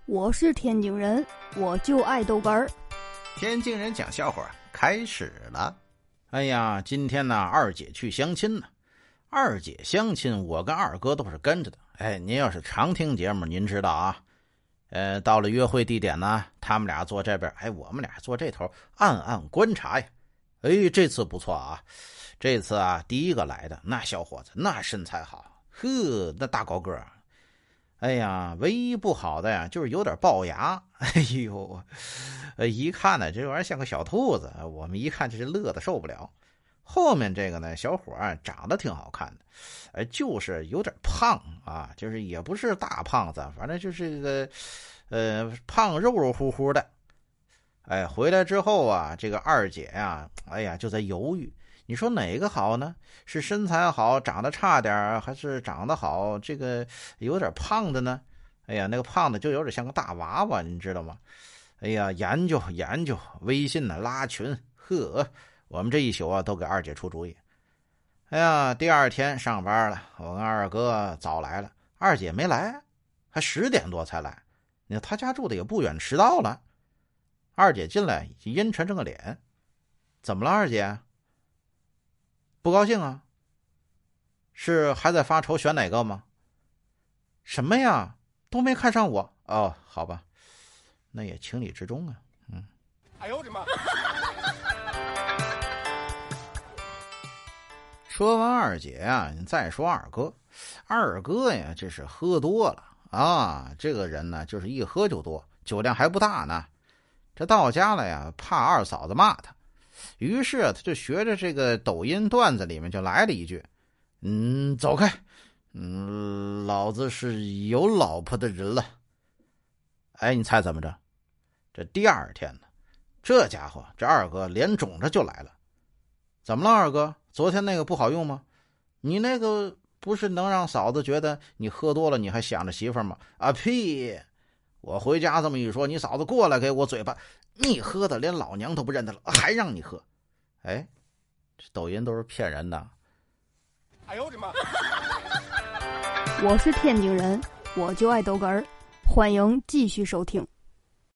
我是天津人，我就爱豆干儿。 天津人讲笑话开始了。哎呀，今天呢，二姐去相亲呢。二姐相亲，我跟二哥都是跟着的。哎，您要是常听节目，您知道啊。到了约会地点呢，他们俩坐这边，哎，我们俩坐这头，暗暗观察呀。哎，这次不错啊。这次啊，第一个来的那小伙子，那身材好，呵，那大高个儿。哎呀，唯一不好的呀，就是有点龅牙。哎呦，一看呢，这玩意儿像个小兔子，我们一看这是乐得受不了。后面这个呢，小伙长得挺好看的，就是有点胖啊，就是也不是大胖子，反正就是个胖肉肉乎乎的。哎，回来之后啊，这个二姐呀，哎呀，就在犹豫。你说哪个好呢？是身材好长得差点，还是长得好这个有点胖的呢？哎呀，那个胖的就有点像个大娃娃，你知道吗？哎呀，研究微信呢，拉群，呵，我们这一宿啊都给二姐出主意。哎呀，第二天上班了，我跟二哥早来了，二姐没来，还10点多才来。你看他家住的也不远，迟到了。二姐进来阴沉着个脸，怎么了二姐？不高兴啊？是还在发愁选哪个吗？什么呀？都没看上我哦，好吧，那也情理之中啊。哎呦我的妈！说完二姐啊，你再说二哥。二哥呀，这是喝多了啊，这个人呢，就是一喝就多，酒量还不大呢。这到家了呀，怕二嫂子骂他。于是他就学着这个抖音段子里面就来了一句：走开，老子是有老婆的人了。哎，你猜怎么着？这第二天呢，这家伙这二哥脸肿着就来了。怎么了二哥？昨天那个不好用吗？你那个不是能让嫂子觉得你喝多了你还想着媳妇吗？啊屁！我回家这么一说，你嫂子过来给我嘴巴，你喝的连老娘都不认得了，还让你喝。哎，这抖音都是骗人的。哎呦我的妈！ 我是天津人，我就爱豆干儿。欢迎继续收听。